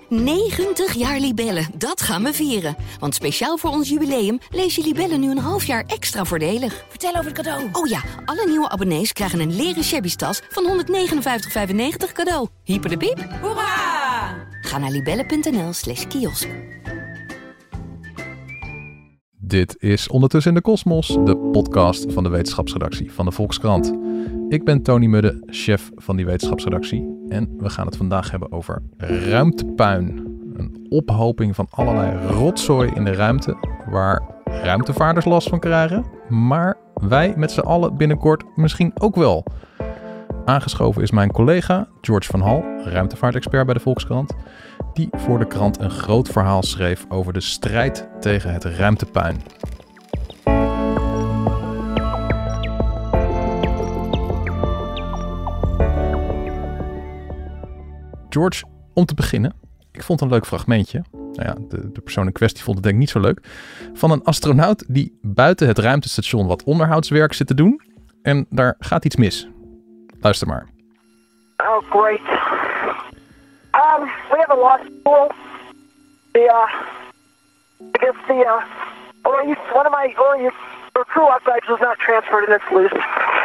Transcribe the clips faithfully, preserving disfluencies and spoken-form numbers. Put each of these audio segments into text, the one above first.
negentig jaar Libellen, dat gaan we vieren. Want speciaal voor ons jubileum lees je Libellen nu een half jaar extra voordelig. Vertel over het cadeau. Oh ja, alle nieuwe abonnees krijgen een leren shabby tas van honderdnegenenvijftig vijfennegentig cadeau. Hyper de piep. Hoera! Ga naar libellen.nl slash kiosk. Dit is Ondertussen in de Kosmos, de podcast van de wetenschapsredactie van de Volkskrant. Ik ben Tony Mudde, chef van die wetenschapsredactie. En we gaan het vandaag hebben over ruimtepuin. Een ophoping van allerlei rotzooi in de ruimte, waar ruimtevaarders last van krijgen. Maar wij met z'n allen binnenkort misschien ook wel. Aangeschoven is mijn collega George van Hal, ruimtevaartexpert bij de Volkskrant, die voor de krant een groot verhaal schreef over de strijd tegen het ruimtepuin. George, om te beginnen, ik vond een leuk fragmentje. Nou ja, de, de persoon in kwestie vond het denk ik niet zo leuk. Van een astronaut die buiten het ruimtestation wat onderhoudswerk zit te doen. En daar gaat iets mis. Luister maar. Oh, great. Um, we have a lost spool. The, uh, I guess the, uh, or you, one of my, or you, or crew outside was not transferred and it's loose.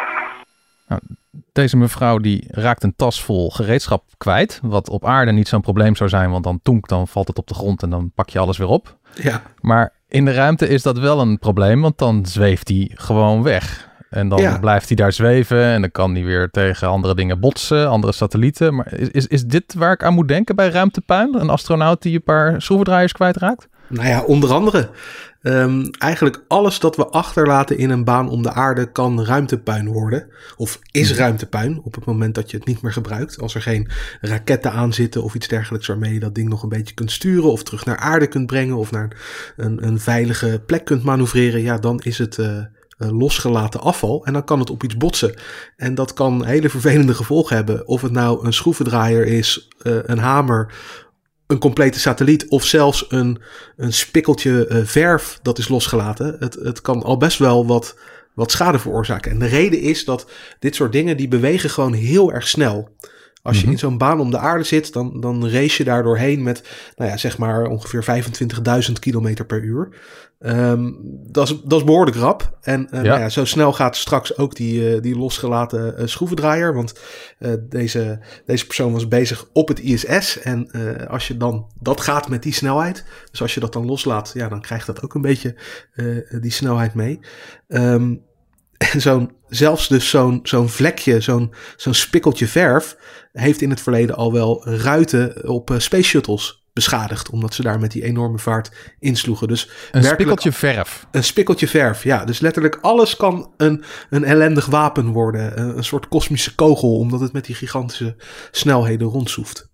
Nou, deze mevrouw die raakt een tas vol gereedschap kwijt. Wat op aarde niet zo'n probleem zou zijn, want dan tonk, dan valt het op de grond en dan pak je alles weer op. Ja. Maar in de ruimte is dat wel een probleem, want dan zweeft hij gewoon weg. En dan ja. blijft hij daar zweven en dan kan hij weer tegen andere dingen botsen, andere satellieten. Maar is, is, is dit waar ik aan moet denken bij ruimtepuin? Een astronaut die een paar schroevendraaiers kwijtraakt? Nou ja, onder andere. Um, eigenlijk alles dat we achterlaten in een baan om de aarde kan ruimtepuin worden. Of is ruimtepuin op het moment dat je het niet meer gebruikt. Als er geen raketten aan zitten of iets dergelijks waarmee je dat ding nog een beetje kunt sturen. Of terug naar aarde kunt brengen of naar een, een veilige plek kunt manoeuvreren. Ja, dan is het uh, uh, losgelaten afval en dan kan het op iets botsen. En dat kan hele vervelende gevolgen hebben. Of het nou een schroevendraaier is, uh, een hamer, een complete satelliet of zelfs een, een spikkeltje uh, verf dat is losgelaten. Het, het kan al best wel wat, wat schade veroorzaken. En de reden is dat dit soort dingen die bewegen gewoon heel erg snel. Als je mm-hmm. in zo'n baan om de aarde zit, dan, dan race je daar doorheen met, nou ja, zeg maar ongeveer vijfentwintigduizend kilometer per uur. Um, dat, is, dat is behoorlijk rap. En uh, ja. Nou ja, zo snel gaat straks ook die, uh, die losgelaten uh, schroevendraaier. Want uh, deze, deze persoon was bezig op het I S S. En uh, als je dan, dat gaat met die snelheid. Dus als je dat dan loslaat, ja, dan krijgt dat ook een beetje uh, die snelheid mee. Um, En zo'n, zelfs dus zo'n, zo'n vlekje, zo'n, zo'n spikkeltje verf heeft in het verleden al wel ruiten op uh, space shuttles beschadigd. Omdat ze daar met die enorme vaart insloegen. Dus een spikkeltje verf. Een spikkeltje verf, ja. Dus letterlijk alles kan een, een ellendig wapen worden. Een, een soort kosmische kogel, omdat het met die gigantische snelheden rondzoeft.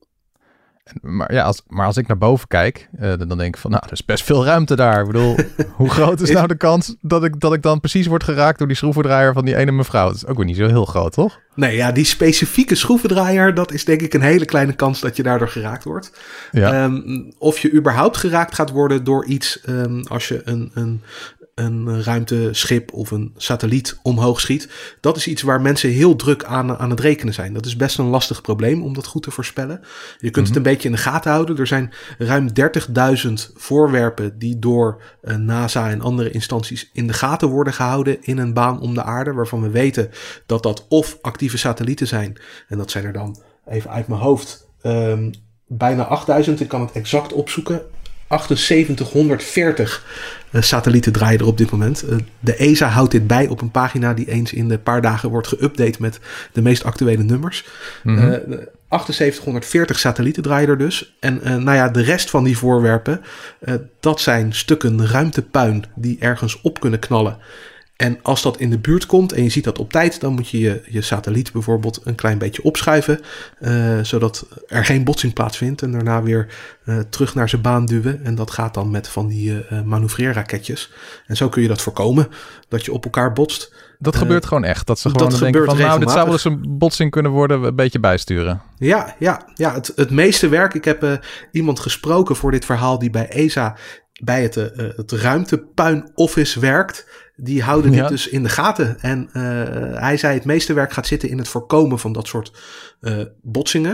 Maar ja, als, maar als ik naar boven kijk, uh, dan denk ik van, nou, er is best veel ruimte daar. Ik bedoel, hoe groot is nou de kans dat ik, dat ik dan precies word geraakt door die schroevendraaier van die ene mevrouw? Dat is ook weer niet zo heel groot, toch? Nee, ja, die specifieke schroevendraaier, dat is denk ik een hele kleine kans dat je daardoor geraakt wordt. Ja. Um, of je überhaupt geraakt gaat worden door iets, um, als je een, een, een ruimteschip of een satelliet omhoog schiet. Dat is iets waar mensen heel druk aan, aan het rekenen zijn. Dat is best een lastig probleem om dat goed te voorspellen. Je kunt mm-hmm. het een beetje in de gaten houden. Er zijn ruim dertigduizend voorwerpen die door uh, NASA en andere instanties in de gaten worden gehouden in een baan om de aarde, waarvan we weten dat dat of actieve satellieten zijn. En dat zijn er dan, even uit mijn hoofd, um, bijna achtduizend. Ik kan het exact opzoeken. achtenzeventighonderdveertig uh, satellieten draaien er op dit moment. Uh, de E S A houdt dit bij op een pagina die eens in de paar dagen wordt geüpdate met de meest actuele nummers. Mm-hmm. Uh, achtenzeventighonderdveertig satellieten draaien er dus. En uh, nou ja, de rest van die voorwerpen, uh, dat zijn stukken ruimtepuin die ergens op kunnen knallen. En als dat in de buurt komt en je ziet dat op tijd, dan moet je je, je satelliet bijvoorbeeld een klein beetje opschuiven, uh, zodat er geen botsing plaatsvindt en daarna weer uh, terug naar zijn baan duwen. En dat gaat dan met van die uh, manoeuvreerraketjes. En zo kun je dat voorkomen, dat je op elkaar botst. Dat uh, gebeurt gewoon echt, dat ze gewoon dat denken van, nou, dit zou wel eens een botsing kunnen worden, een beetje bijsturen. Ja, ja, ja het, het meeste werk. Ik heb uh, iemand gesproken voor dit verhaal die bij E S A bij het, uh, het ruimtepuin office werkt. Die houden dit ja. dus in de gaten. En uh, hij zei het meeste werk gaat zitten in het voorkomen van dat soort uh, botsingen.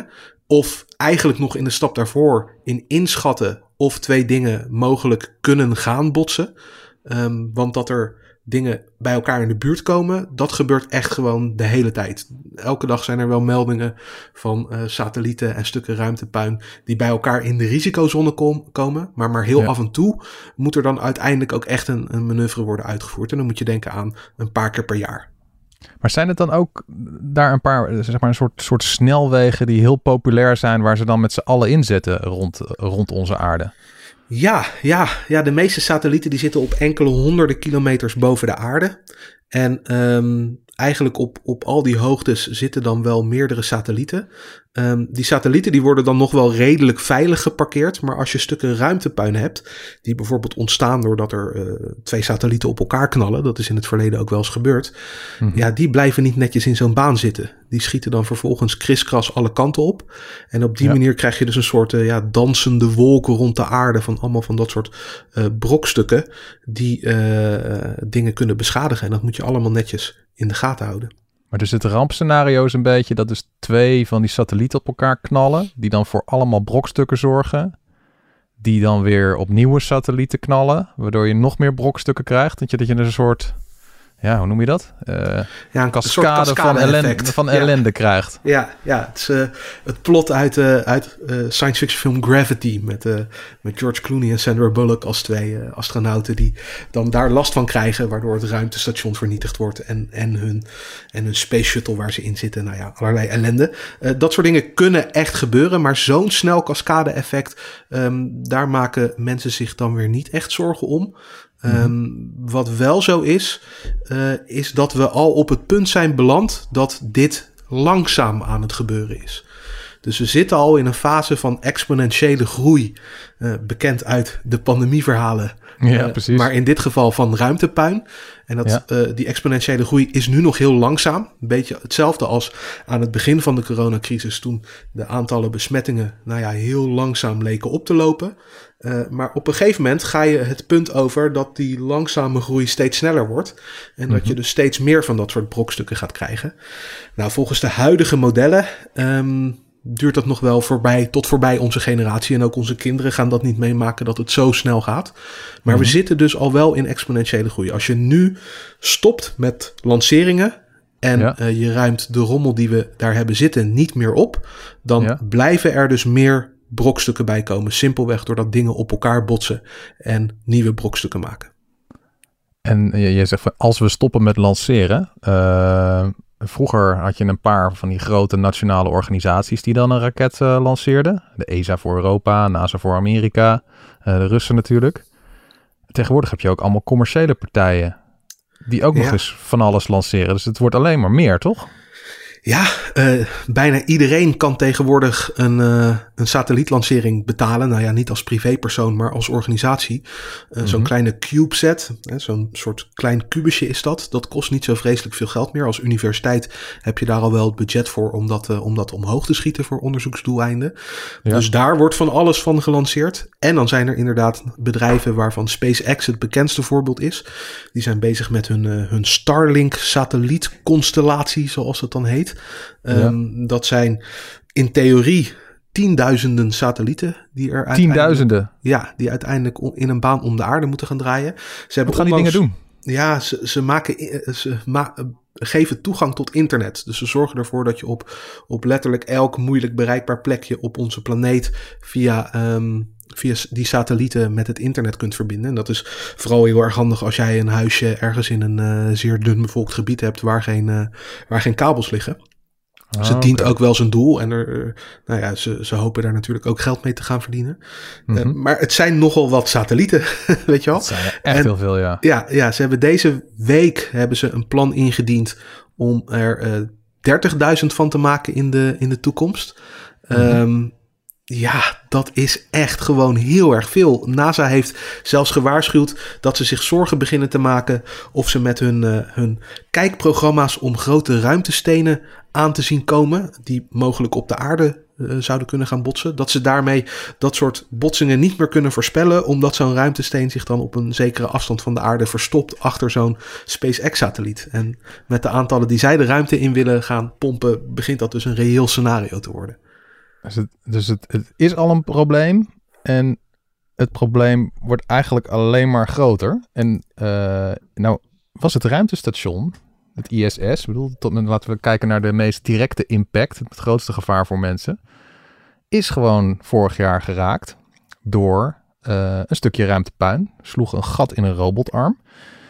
of eigenlijk nog in de stap daarvoor in inschatten of twee dingen mogelijk kunnen gaan botsen. Um, want dat er dingen bij elkaar in de buurt komen, dat gebeurt echt gewoon de hele tijd. Elke dag zijn er wel meldingen van uh, satellieten en stukken ruimtepuin die bij elkaar in de risicozone kom- komen. Maar maar heel ja. af en toe moet er dan uiteindelijk ook echt een, een manoeuvre worden uitgevoerd. En dan moet je denken aan een paar keer per jaar. Maar zijn het dan ook daar een paar, zeg maar een soort, soort snelwegen die heel populair zijn, waar ze dan met z'n allen inzetten rond, rond onze aarde? Ja, ja, ja, de meeste satellieten die zitten op enkele honderden kilometers boven de aarde. En um, eigenlijk op, op al die hoogtes zitten dan wel meerdere satellieten. Um, die satellieten die worden dan nog wel redelijk veilig geparkeerd. Maar als je stukken ruimtepuin hebt, die bijvoorbeeld ontstaan doordat er uh, twee satellieten op elkaar knallen, dat is in het verleden ook wel eens gebeurd, mm-hmm. ja, die blijven niet netjes in zo'n baan zitten. Die schieten dan vervolgens kriskras alle kanten op. En op die ja. manier krijg je dus een soort uh, ja, dansende wolken rond de aarde van allemaal van dat soort uh, brokstukken die uh, dingen kunnen beschadigen. En dat moet je allemaal netjes in de gaten houden. Maar dus het rampscenario is een beetje dat dus twee van die satellieten op elkaar knallen, die dan voor allemaal brokstukken zorgen, die dan weer op nieuwe satellieten knallen, waardoor je nog meer brokstukken krijgt. Dat je, dat je een soort, ja, hoe noem je dat? Uh, ja, een cascade, cascade van ellende, van ja. ellende krijgt. Ja, ja, het is uh, het plot uit, uh, uit uh, science fiction film Gravity met, uh, met George Clooney en Sandra Bullock als twee uh, astronauten die dan daar last van krijgen, waardoor het ruimtestation vernietigd wordt en, en, hun, en hun space shuttle waar ze in zitten. Nou ja, allerlei ellende. Uh, dat soort dingen kunnen echt gebeuren, maar zo'n snel cascade effect, um, daar maken mensen zich dan weer niet echt zorgen om. Um, wat wel zo is, uh, is dat we al op het punt zijn beland dat dit langzaam aan het gebeuren is. Dus we zitten al in een fase van exponentiële groei, uh, bekend uit de pandemieverhalen. Ja, uh, precies. Maar in dit geval van ruimtepuin. En dat, ja. uh, die exponentiële groei is nu nog heel langzaam. Een beetje hetzelfde als aan het begin van de coronacrisis, toen de aantallen besmettingen nou ja, heel langzaam leken op te lopen. Uh, maar op een gegeven moment ga je het punt over dat die langzame groei steeds sneller wordt. En mm-hmm. dat je dus steeds meer van dat soort brokstukken gaat krijgen. Nou, volgens de huidige modellen Um, duurt dat nog wel voorbij, tot voorbij onze generatie. En ook onze kinderen gaan dat niet meemaken dat het zo snel gaat. Maar mm-hmm. we zitten dus al wel in exponentiële groei. Als je nu stopt met lanceringen en ja. uh, je ruimt de rommel die we daar hebben zitten niet meer op, dan ja. blijven er dus meer brokstukken bij komen. Simpelweg doordat dingen op elkaar botsen en nieuwe brokstukken maken. En je zegt van als we stoppen met lanceren, Uh... vroeger had je een paar van die grote nationale organisaties die dan een raket uh, lanceerden. De E S A voor Europa, NASA voor Amerika, uh, de Russen natuurlijk. Tegenwoordig heb je ook allemaal commerciële partijen die ook ja. nog eens van alles lanceren. Dus het wordt alleen maar meer, toch? Ja, uh, bijna iedereen kan tegenwoordig een, uh, een satellietlancering betalen. Nou ja, niet als privépersoon, maar als organisatie. Uh, mm-hmm. Zo'n kleine CubeSat, hè, zo'n soort klein kubusje is dat. Dat kost niet zo vreselijk veel geld meer. Als universiteit heb je daar al wel het budget voor om dat, uh, om dat omhoog te schieten voor onderzoeksdoeleinden. Ja. Dus daar wordt van alles van gelanceerd. En dan zijn er inderdaad bedrijven waarvan SpaceX het bekendste voorbeeld is. Die zijn bezig met hun, uh, hun Starlink-satellietconstellatie, zoals het dan heet. Um, ja. Dat zijn in theorie tienduizenden satellieten die er tienduizenden? Ja, die uiteindelijk in een baan om de aarde moeten gaan draaien. Ze Wat gaan die dingen doen? Ja, ze, ze, maken, ze ma- geven toegang tot internet. Dus ze zorgen ervoor dat je op, op letterlijk elk moeilijk bereikbaar plekje op onze planeet via Um, via die satellieten met het internet kunt verbinden. En dat is vooral heel erg handig als jij een huisje ergens in een uh, zeer dun bevolkt gebied hebt waar geen, uh, waar geen kabels liggen. Ah, dus het dient okay. ook wel zijn doel. En er, uh, nou ja, ze, ze hopen daar natuurlijk ook geld mee te gaan verdienen. Mm-hmm. Uh, maar het zijn nogal wat satellieten, weet je wel. Het zijn er echt en, heel veel, ja. ja. Ja, ze hebben deze week hebben ze een plan ingediend om er uh, dertigduizend van te maken in de, in de toekomst. Mm-hmm. Um, Ja, dat is echt gewoon heel erg veel. NASA heeft zelfs gewaarschuwd dat ze zich zorgen beginnen te maken of ze met hun, uh, hun kijkprogramma's om grote ruimtestenen aan te zien komen, die mogelijk op de aarde uh, zouden kunnen gaan botsen, dat ze daarmee dat soort botsingen niet meer kunnen voorspellen, omdat zo'n ruimtesteen zich dan op een zekere afstand van de aarde verstopt achter zo'n SpaceX-satelliet. En met de aantallen die zij de ruimte in willen gaan pompen, begint dat dus een reëel scenario te worden. Dus, het, dus het, het is al een probleem en het probleem wordt eigenlijk alleen maar groter. En uh, nou was het ruimtestation, het I S S, bedoel, tot, laten we kijken naar de meest directe impact, het grootste gevaar voor mensen, is gewoon vorig jaar geraakt door uh, een stukje ruimtepuin. Sloeg een gat in een robotarm.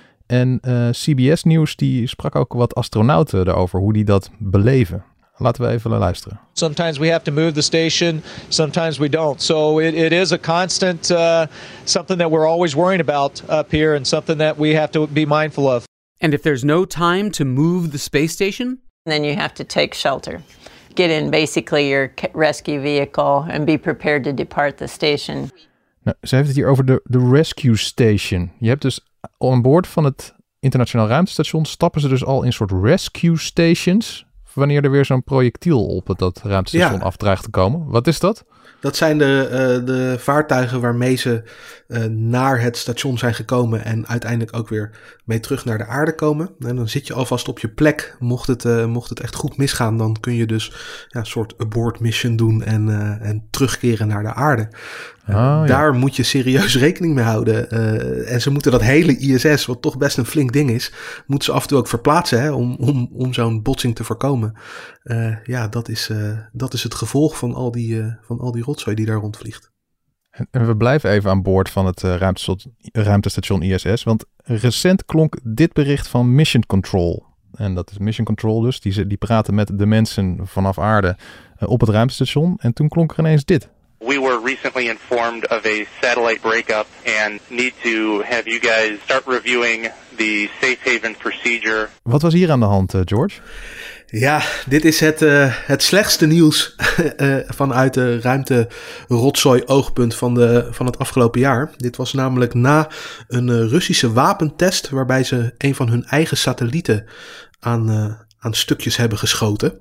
En uh, C B S Nieuws die sprak ook wat astronauten daarover, hoe die dat beleven. Laten we even luisteren. Sometimes we have to move the station, sometimes we don't. So it, it is a constant, uh, something that we're always worrying about up here and something that we have to be mindful of. And if there's no time to move the space station? Then you have to take shelter. Get in basically your rescue vehicle and be prepared to depart the station. Nou, ze heeft het hier over de, de rescue station. Je hebt dus aan boord van het internationaal ruimtestation stappen ze dus al in soort rescue stations wanneer er weer zo'n projectiel op het dat ruimtestation ja. af dreigt te komen. Wat is dat? Dat zijn de, uh, de vaartuigen waarmee ze uh, naar het station zijn gekomen en uiteindelijk ook weer mee terug naar de aarde komen. En dan zit je alvast op je plek. Mocht het, uh, mocht het echt goed misgaan, dan kun je dus ja, een soort abort mission doen en, uh, en terugkeren naar de aarde. Uh, oh, daar ja. moet je serieus rekening mee houden. Uh, en ze moeten dat hele I S S, wat toch best een flink ding is, moeten ze af en toe ook verplaatsen hè, om, om, om zo'n botsing te voorkomen. Uh, ja, dat is, uh, dat is het gevolg van al die, uh, van al die rotzooi die daar rondvliegt. En, en we blijven even aan boord van het uh, ruimtestation, ruimtestation I S S, want recent klonk dit bericht van Mission Control. En dat is Mission Control dus, die, die praten met de mensen vanaf aarde uh, op het ruimtestation. En toen klonk er ineens dit. We were recently informed of a satellite breakup and need to have you guys start reviewing the safe haven procedure. Wat was hier aan de hand, uh, George? Ja, dit is het, uh, het slechtste nieuws uh, vanuit de ruimte-rotzooi-oogpunt van, de, van het afgelopen jaar. Dit was namelijk na een uh, Russische wapentest waarbij ze een van hun eigen satellieten aan, uh, aan stukjes hebben geschoten.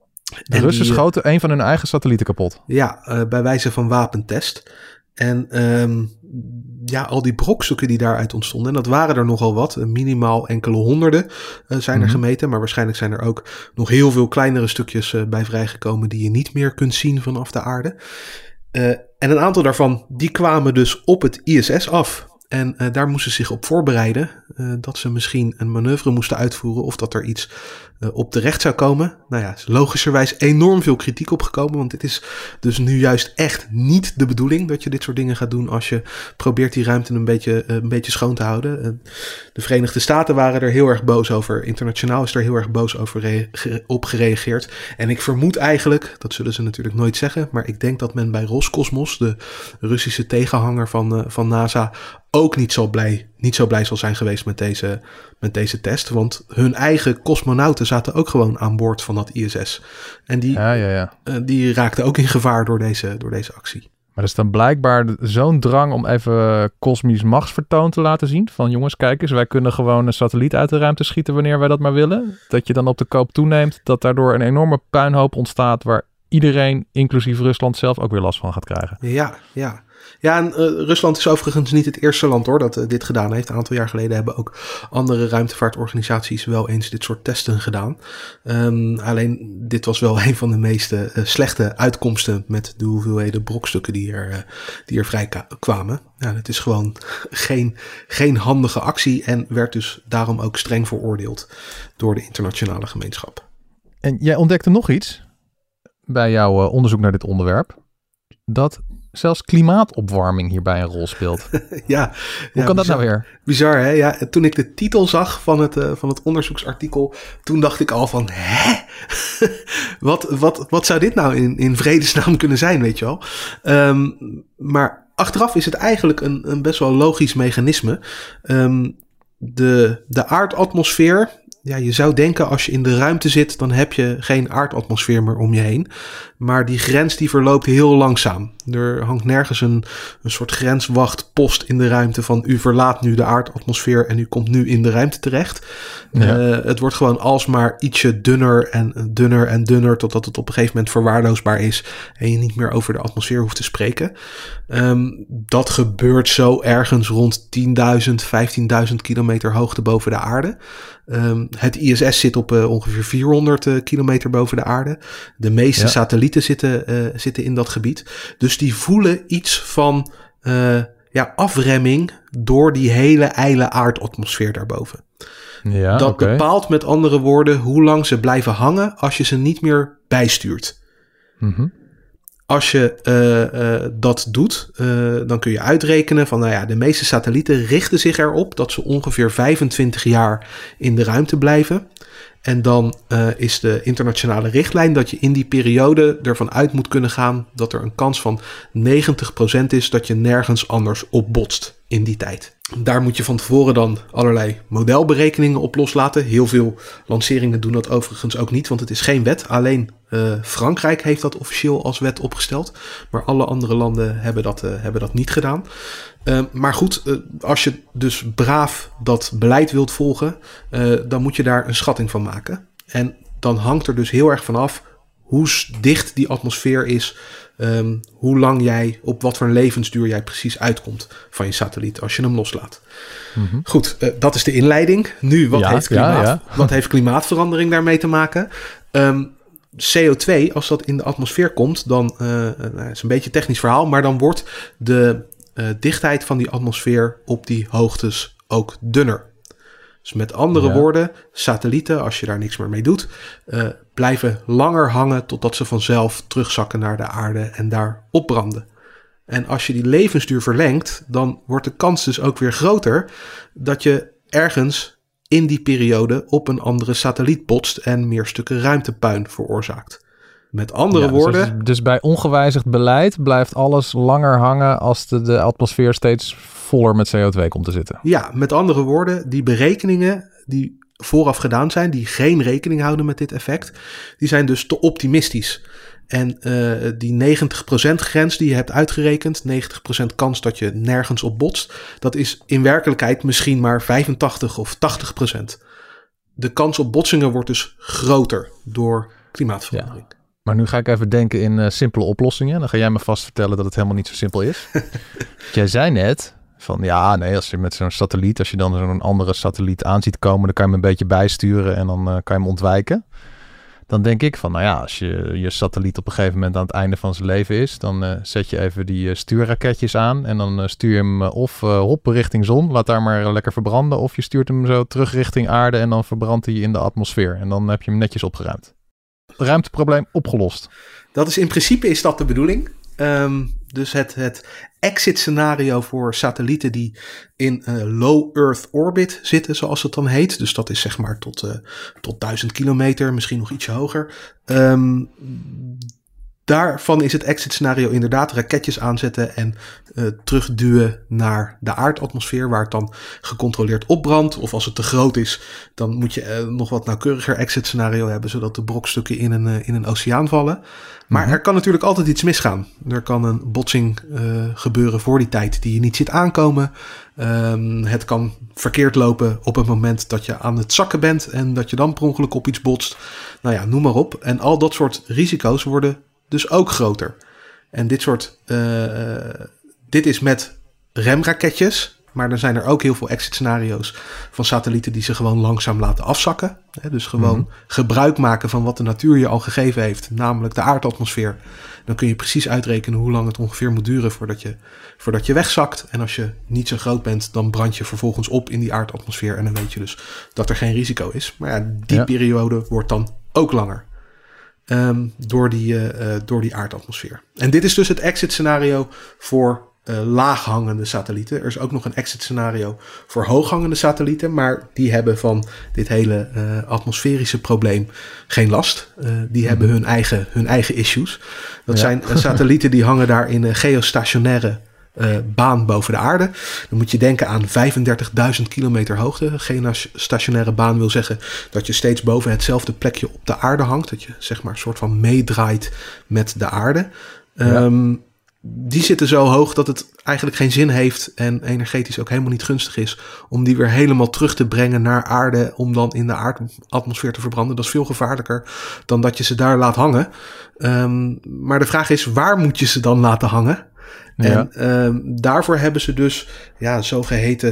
De Russen schoten een van hun eigen satellieten kapot. Ja, uh, bij wijze van wapentest. En um, ja, al die brokstukken die daaruit ontstonden, en dat waren er nogal wat, minimaal enkele honderden uh, zijn mm-hmm. er gemeten, maar waarschijnlijk zijn er ook nog heel veel kleinere stukjes uh, bij vrijgekomen die je niet meer kunt zien vanaf de aarde. Uh, en een aantal daarvan, die kwamen dus op het I S S af. En uh, daar moesten ze zich op voorbereiden uh, dat ze misschien een manoeuvre moesten uitvoeren of dat er iets uh, op terecht zou komen. Nou ja, is logischerwijs enorm veel kritiek opgekomen, want dit is dus nu juist echt niet de bedoeling dat je dit soort dingen gaat doen als je probeert die ruimte een beetje, uh, een beetje schoon te houden. Uh, de Verenigde Staten waren er heel erg boos over. Internationaal is er heel erg boos over re- ge- op gereageerd. En ik vermoed eigenlijk, dat zullen ze natuurlijk nooit zeggen, maar ik denk dat men bij Roscosmos, de Russische tegenhanger van, uh, van NASA, ook niet zo blij, niet zo blij zal zijn geweest met deze, met deze test. Want hun eigen cosmonauten zaten ook gewoon aan boord van dat I S S. En die, ja, ja, ja. Uh, die raakten ook in gevaar door deze, door deze actie. Maar er is dan blijkbaar zo'n drang om even kosmisch machtsvertoon te laten zien. Van jongens, kijk eens, wij kunnen gewoon een satelliet uit de ruimte schieten wanneer wij dat maar willen. Dat je dan op de koop toeneemt, dat daardoor een enorme puinhoop ontstaat waar iedereen, inclusief Rusland zelf, ook weer last van gaat krijgen. Ja, ja. Ja, en uh, Rusland is overigens niet het eerste land hoor dat uh, dit gedaan heeft. Een aantal jaar geleden hebben ook andere ruimtevaartorganisaties wel eens dit soort testen gedaan. Um, alleen dit was wel een van de meest uh, slechte uitkomsten met de hoeveelheden brokstukken die er, uh, die er vrij ka- kwamen. Ja, het is gewoon geen, geen handige actie en werd dus daarom ook streng veroordeeld door de internationale gemeenschap. En jij ontdekte nog iets bij jouw uh, onderzoek naar dit onderwerp, dat zelfs klimaatopwarming hierbij een rol speelt. ja, Hoe ja, kan dat bizar, nou weer? Bizar, hè? Ja, toen ik de titel zag van het, uh, van het onderzoeksartikel, toen dacht ik al van, hè? wat, wat, wat zou dit nou in, in vredesnaam kunnen zijn, weet je wel? Um, maar achteraf is het eigenlijk een, een best wel logisch mechanisme. Um, de, de aardatmosfeer, ja, je zou denken als je in de ruimte zit, dan heb je geen aardatmosfeer meer om je heen. Maar die grens die verloopt heel langzaam. Er hangt nergens een, een soort grenswachtpost in de ruimte van u verlaat nu de aardatmosfeer en u komt nu in de ruimte terecht. Ja. Uh, het wordt gewoon alsmaar ietsje dunner en dunner en dunner totdat het op een gegeven moment verwaarloosbaar is en je niet meer over de atmosfeer hoeft te spreken. Um, dat gebeurt zo ergens rond tienduizend, vijftienduizend kilometer hoogte boven de aarde. Um, het I S S zit op uh, ongeveer vierhonderd uh, kilometer boven de aarde. De meeste ja. satellieten zitten, uh, zitten in dat gebied. Dus die voelen iets van uh, ja, afremming door die hele ijle aardatmosfeer daarboven. Ja, dat okay. bepaalt met andere woorden hoe lang ze blijven hangen als je ze niet meer bijstuurt. Mm-hmm. Als je uh, uh, dat doet, uh, dan kun je uitrekenen van, nou ja, de meeste satellieten richten zich erop dat ze ongeveer vijfentwintig jaar in de ruimte blijven. En dan uh, is de internationale richtlijn dat je in die periode ervan uit moet kunnen gaan dat er een kans van negentig procent is dat je nergens anders op botst in die tijd. Daar moet je van tevoren dan allerlei modelberekeningen op loslaten. Heel veel lanceringen doen dat overigens ook niet, want het is geen wet. Alleen uh, Frankrijk heeft dat officieel als wet opgesteld. Maar alle andere landen hebben dat, uh, hebben dat niet gedaan. Uh, maar goed, uh, als je dus braaf dat beleid wilt volgen, uh, dan moet je daar een schatting van maken. En dan hangt er dus heel erg vanaf hoe dicht die atmosfeer is. Um, hoe lang jij, op wat voor een levensduur jij precies uitkomt van je satelliet als je hem loslaat. Mm-hmm. Goed, uh, dat is de inleiding. Nu, wat, ja, heeft klimaat, ja, ja. wat heeft klimaatverandering daarmee te maken? Um, C O twee, als dat in de atmosfeer komt, dan uh, uh, is een beetje een technisch verhaal, maar dan wordt de uh, dichtheid van die atmosfeer op die hoogtes ook dunner. Dus met andere ja. woorden, satellieten, als je daar niks meer mee doet, uh, blijven langer hangen totdat ze vanzelf terugzakken naar de aarde en daar opbranden. En als je die levensduur verlengt, dan wordt de kans dus ook weer groter dat je ergens in die periode op een andere satelliet botst en meer stukken ruimtepuin veroorzaakt. Met andere ja, dus woorden... Dus, dus bij ongewijzigd beleid blijft alles langer hangen als de, de atmosfeer steeds voller met C O twee komt te zitten. Ja, met andere woorden, die berekeningen die vooraf gedaan zijn, die geen rekening houden met dit effect, die zijn dus te optimistisch. En uh, die negentig procent grens die je hebt uitgerekend, negentig procent kans dat je nergens op botst, dat is in werkelijkheid misschien maar vijfentachtig of tachtig procent. De kans op botsingen wordt dus groter door klimaatverandering. Ja. Maar nu ga ik even denken in uh, simpele oplossingen. Dan ga jij me vast vertellen dat het helemaal niet zo simpel is. Jij zei net van ja, nee, als je met zo'n satelliet, als je dan zo'n andere satelliet aan ziet komen, dan kan je hem een beetje bijsturen en dan uh, kan je hem ontwijken. Dan denk ik van, nou ja, als je je satelliet op een gegeven moment aan het einde van zijn leven is, dan uh, zet je even die uh, stuurraketjes aan en dan uh, stuur je hem uh, of uh, hop richting zon, laat daar maar uh, lekker verbranden, of je stuurt hem zo terug richting aarde en dan verbrandt hij in de atmosfeer en dan heb je hem netjes opgeruimd. Ruimteprobleem opgelost. Dat is in principe is dat de bedoeling. Um, dus het, het exit scenario voor satellieten die in uh, low Earth orbit zitten, zoals het dan heet. Dus dat is zeg maar tot, uh, tot duizend kilometer, misschien nog ietsje hoger. Um, daarvan is het exit scenario inderdaad raketjes aanzetten en uh, terugduwen naar de aardatmosfeer, waar het dan gecontroleerd opbrandt. Of als het te groot is, dan moet je uh, nog wat nauwkeuriger exit scenario hebben, zodat de brokstukken in een, uh, in een oceaan vallen. Maar mm-hmm. er kan natuurlijk altijd iets misgaan. Er kan een botsing uh, gebeuren voor die tijd die je niet ziet aankomen. Um, het kan verkeerd lopen op het moment dat je aan het zakken bent en dat je dan per ongeluk op iets botst. Nou ja, noem maar op. En al dat soort risico's worden dus ook groter. En dit soort, uh, dit is met remraketjes, maar er zijn er ook heel veel exit scenario's van satellieten die ze gewoon langzaam laten afzakken. Hè, dus gewoon mm-hmm. gebruik maken van wat de natuur je al gegeven heeft, namelijk de aardatmosfeer. Dan kun je precies uitrekenen hoe lang het ongeveer moet duren voordat je, voordat je wegzakt. En als je niet zo groot bent, dan brand je vervolgens op in die aardatmosfeer en dan weet je dus dat er geen risico is. Maar ja, die ja. periode wordt dan ook langer. Um, door, die, uh, uh, door die aardatmosfeer. En dit is dus het exit scenario voor uh, laaghangende satellieten. Er is ook nog een exit scenario voor hooghangende satellieten, maar die hebben van dit hele uh, atmosferische probleem geen last. Uh, die mm-hmm. hebben hun eigen, hun eigen issues. Dat ja. zijn uh, satellieten die hangen daar in een geostationaire Uh, baan boven de aarde. Dan moet je denken aan vijfendertigduizend kilometer hoogte. Geen stationaire baan wil zeggen dat je steeds boven hetzelfde plekje op de aarde hangt. Dat je zeg maar een soort van meedraait met de aarde. Ja. Um, die zitten zo hoog dat het eigenlijk geen zin heeft en energetisch ook helemaal niet gunstig is om die weer helemaal terug te brengen naar aarde om dan in de aardatmosfeer te verbranden. Dat is veel gevaarlijker dan dat je ze daar laat hangen. Um, maar de vraag is, waar moet je ze dan laten hangen? Ja. En um, daarvoor hebben ze dus ja, zogeheten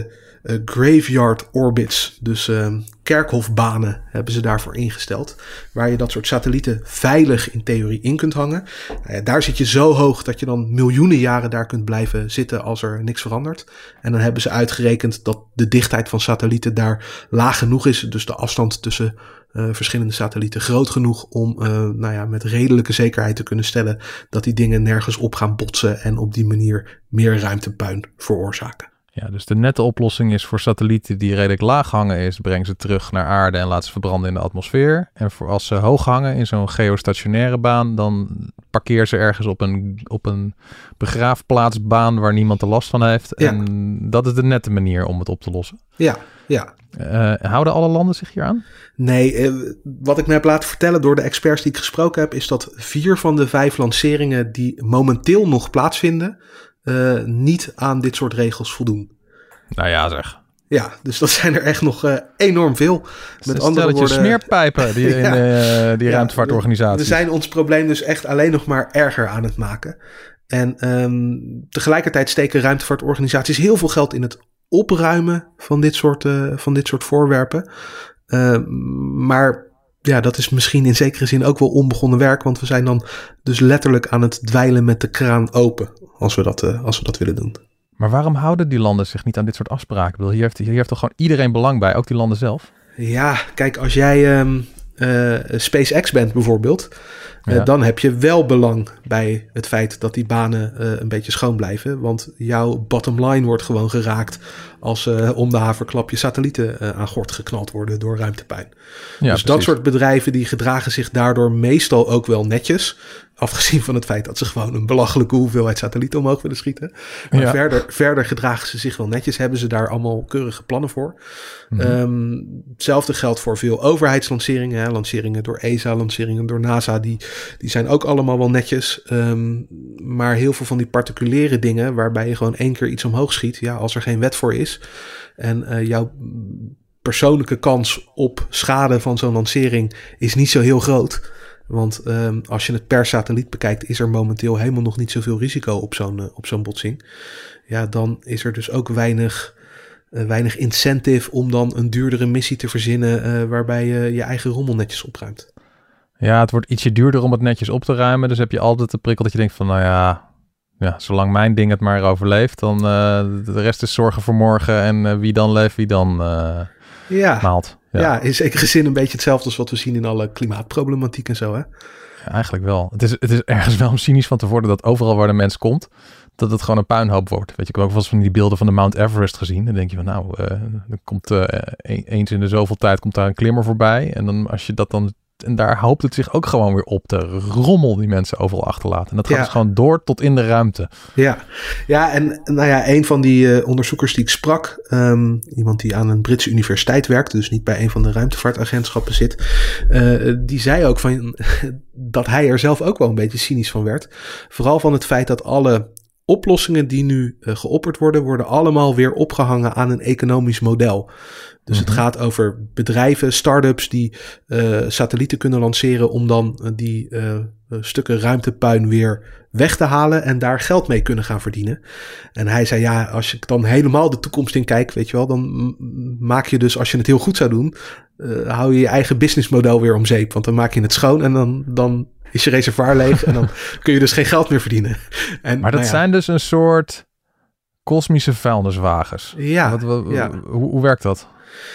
uh, graveyard orbits, dus uh, kerkhofbanen hebben ze daarvoor ingesteld, waar je dat soort satellieten veilig in theorie in kunt hangen. Uh, daar zit je zo hoog dat je dan miljoenen jaren daar kunt blijven zitten als er niks verandert. En dan hebben ze uitgerekend dat de dichtheid van satellieten daar laag genoeg is, dus de afstand tussen Uh, verschillende satellieten groot genoeg om uh, nou ja, met redelijke zekerheid te kunnen stellen dat die dingen nergens op gaan botsen en op die manier meer ruimtepuin veroorzaken. Ja, dus de nette oplossing is voor satellieten die redelijk laag hangen is, breng ze terug naar aarde en laat ze verbranden in de atmosfeer. En voor als ze hoog hangen in zo'n geostationaire baan, dan parkeer ze ergens op een, op een begraafplaatsbaan waar niemand er last van heeft. Ja. En dat is de nette manier om het op te lossen. Ja, ja. Uh, houden alle landen zich hier aan? Nee, uh, wat ik me heb laten vertellen door de experts die ik gesproken heb, is dat vier van de vijf lanceringen die momenteel nog plaatsvinden, uh, niet aan dit soort regels voldoen. Nou ja, zeg. Ja, dus dat zijn er echt nog uh, enorm veel. Met andere woorden, smeerpijpen die in ja, uh, die ja, ruimtevaartorganisaties. We zijn ons probleem dus echt alleen nog maar erger aan het maken. En um, tegelijkertijd steken ruimtevaartorganisaties heel veel geld in het opruimen van dit soort, uh, van dit soort voorwerpen. Uh, maar ja, dat is misschien in zekere zin ook wel onbegonnen werk, want we zijn dan dus letterlijk aan het dweilen met de kraan open als we dat, uh, als we dat willen doen. Maar waarom houden die landen zich niet aan dit soort afspraken? Hier heeft, hier heeft toch gewoon iedereen belang bij, ook die landen zelf? Ja, kijk, als jij um, uh, SpaceX bent bijvoorbeeld, uh, ja. dan heb je wel belang bij het feit dat die banen uh, een beetje schoon blijven. Want jouw bottom line wordt gewoon geraakt als uh, om de haverklap je satellieten uh, aan gort geknald worden door ruimtepuin. Ja, dus precies. Dat soort bedrijven die gedragen zich daardoor meestal ook wel netjes. Afgezien van het feit dat ze gewoon een belachelijke hoeveelheid satellieten omhoog willen schieten. Maar ja. verder, verder gedragen ze zich wel netjes. Hebben ze daar allemaal keurige plannen voor. Mm-hmm. Um, hetzelfde geldt voor veel overheidslanceringen. Hè. Lanceringen door E S A, lanceringen door NASA. Die, die zijn ook allemaal wel netjes. Um, maar heel veel van die particuliere dingen, waarbij je gewoon één keer iets omhoog schiet. Ja, als er geen wet voor is. En uh, jouw persoonlijke kans op schade van zo'n lancering is niet zo heel groot. Want um, als je het per satelliet bekijkt, is er momenteel helemaal nog niet zoveel risico op zo'n, uh, op zo'n botsing. Ja, dan is er dus ook weinig, uh, weinig incentive om dan een duurdere missie te verzinnen uh, waarbij je je eigen rommel netjes opruimt. Ja, het wordt ietsje duurder om het netjes op te ruimen. Dus heb je altijd de prikkel dat je denkt van, nou ja, ja zolang mijn ding het maar overleeft, dan uh, de rest is zorgen voor morgen. En uh, wie dan leeft, wie dan uh, ja. maalt. Ja. ja, in zekere zin een beetje hetzelfde als wat we zien in alle klimaatproblematiek en zo, hè? Ja, eigenlijk wel. Het is, het is ergens wel cynisch van te worden dat overal waar de mens komt, dat het gewoon een puinhoop wordt. Weet je, ik heb ook wel eens van die beelden van de Mount Everest gezien. Dan denk je van, nou, uh, er komt uh, eens in de zoveel tijd komt daar een klimmer voorbij. En dan als je dat dan en daar hoopt het zich ook gewoon weer op, de rommel die mensen overal achterlaten. En dat gaat ja. dus gewoon door tot in de ruimte. Ja, ja en nou ja, een van die uh, onderzoekers die ik sprak, um, iemand die aan een Britse universiteit werkt, dus niet bij een van de ruimtevaartagentschappen zit, uh, die zei ook van dat hij er zelf ook wel een beetje cynisch van werd. Vooral van het feit dat alle oplossingen die nu uh, geopperd worden, worden allemaal weer opgehangen aan een economisch model. Dus mm-hmm. het gaat over bedrijven, start-ups die uh, satellieten kunnen lanceren om dan uh, die uh, stukken ruimtepuin weer weg te halen en daar geld mee kunnen gaan verdienen. En hij zei, ja, als ik dan helemaal de toekomst in kijk, weet je wel, dan maak je dus, als je het heel goed zou doen, uh, hou je je eigen businessmodel weer om zeep. Want dan maak je het schoon en dan, dan is je reservoir leeg en dan kun je dus geen geld meer verdienen. En, maar dat nou ja. zijn dus een soort kosmische vuilniswagens. Ja, wat, wat, ja. Hoe, hoe werkt dat?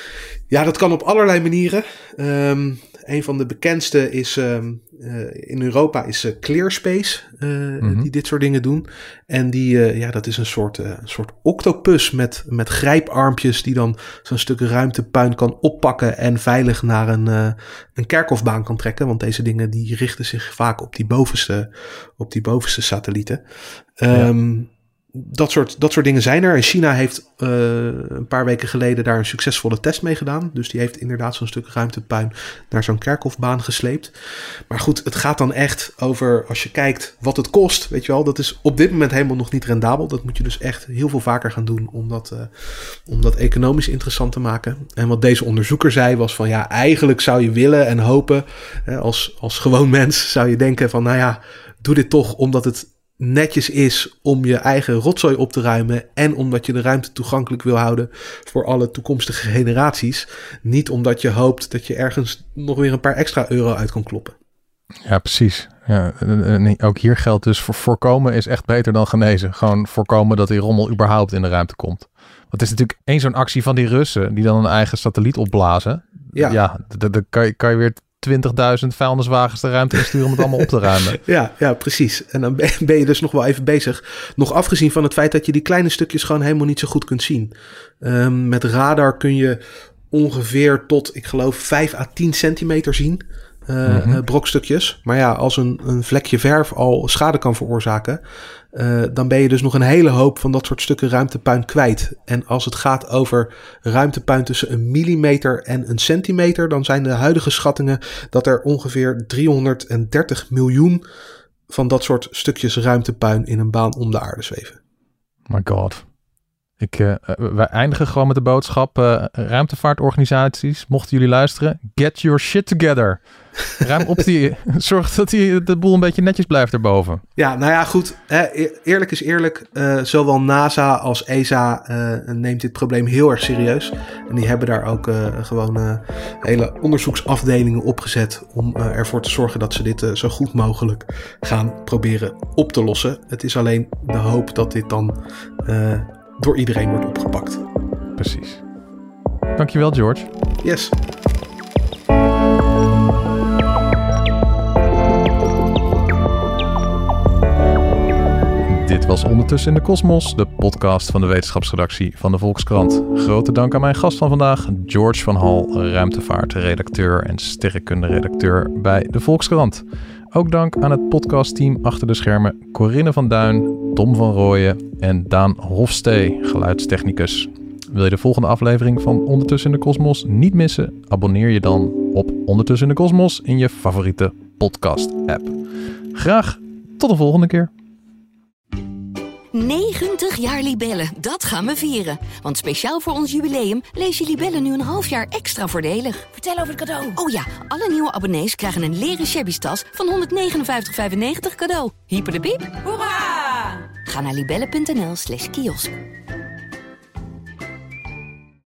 Ja, dat kan op allerlei manieren. Um, een van de bekendste is um, uh, in Europa is uh, Clearspace, uh, mm-hmm. die dit soort dingen doen. En die, uh, ja, dat is een soort, uh, soort octopus met, met grijparmpjes die dan zo'n stuk ruimtepuin kan oppakken en veilig naar een, uh, een kerkhofbaan kan trekken. Want deze dingen die richten zich vaak op die bovenste, op die bovenste satellieten. Um, ja. Dat soort, dat soort dingen zijn er. En China heeft uh, een paar weken geleden daar een succesvolle test mee gedaan. Dus die heeft inderdaad zo'n stuk ruimtepuin naar zo'n kerkhofbaan gesleept. Maar goed, het gaat dan echt over, als je kijkt wat het kost, weet je wel, dat is op dit moment helemaal nog niet rendabel. Dat moet je dus echt heel veel vaker gaan doen om dat, uh, om dat economisch interessant te maken. En wat deze onderzoeker zei was van, ja, eigenlijk zou je willen en hopen, hè, als, als gewoon mens zou je denken van, nou ja, doe dit toch omdat het netjes is om je eigen rotzooi op te ruimen en omdat je de ruimte toegankelijk wil houden voor alle toekomstige generaties. Niet omdat je hoopt dat je ergens nog weer een paar extra euro uit kan kloppen. Ja, precies. Ja, en ook hier geldt dus voor voorkomen is echt beter dan genezen. Gewoon voorkomen dat die rommel überhaupt in de ruimte komt. Want het is natuurlijk één zo'n actie van die Russen die dan een eigen satelliet opblazen. Ja, ja dan kan je, kan je weer twintigduizend vuilniswagens de ruimte insturen om het allemaal op te ruimen. Ja, ja, precies. En dan ben je dus nog wel even bezig. Nog afgezien van het feit dat je die kleine stukjes gewoon helemaal niet zo goed kunt zien. Um, met radar kun je ongeveer tot, ik geloof, vijf à tien centimeter zien. Uh, mm-hmm. uh, brokstukjes. Maar ja, als een, een vlekje verf al schade kan veroorzaken, uh, dan ben je dus nog een hele hoop van dat soort stukken ruimtepuin kwijt. En als het gaat over ruimtepuin tussen een millimeter en een centimeter, dan zijn de huidige schattingen dat er ongeveer driehonderddertig miljoen van dat soort stukjes ruimtepuin in een baan om de aarde zweven. My god. Ik, uh, wij eindigen gewoon met de boodschap. Uh, ruimtevaartorganisaties, mochten jullie luisteren, get your shit together. Ruim op die, zorg dat die, de boel een beetje netjes blijft erboven. Ja, nou ja, goed. Hè, eerlijk is eerlijk. Uh, zowel NASA als E S A uh, neemt dit probleem heel erg serieus. En die hebben daar ook uh, gewoon uh, hele onderzoeksafdelingen opgezet om uh, ervoor te zorgen dat ze dit uh, zo goed mogelijk gaan proberen op te lossen. Het is alleen de hoop dat dit dan Uh, door iedereen wordt opgepakt. Precies. Dankjewel, George. Yes. Dit was Ondertussen in de Kosmos, de podcast van de wetenschapsredactie van de Volkskrant. Grote dank aan mijn gast van vandaag, George van Hal, ruimtevaartredacteur en sterrenkunde-redacteur bij de Volkskrant. Ook dank aan het podcastteam achter de schermen, Corinne van Duin, Tom van Rooyen en Daan Hofstee, geluidstechnicus. Wil je de volgende aflevering van Ondertussen in de Kosmos niet missen? Abonneer je dan op Ondertussen in de Kosmos in je favoriete podcast-app. Graag tot de volgende keer. negentig jaar Libellen, dat gaan we vieren. Want speciaal voor ons jubileum lees je Libellen nu een half jaar extra voordelig. Vertel over het cadeau. Oh ja, alle nieuwe abonnees krijgen een leren shabby tas van honderdnegenenvijftig vijfennegentig cadeau. Hyper de piep. Hoera! Ga naar libellen punt n l slash kiosk.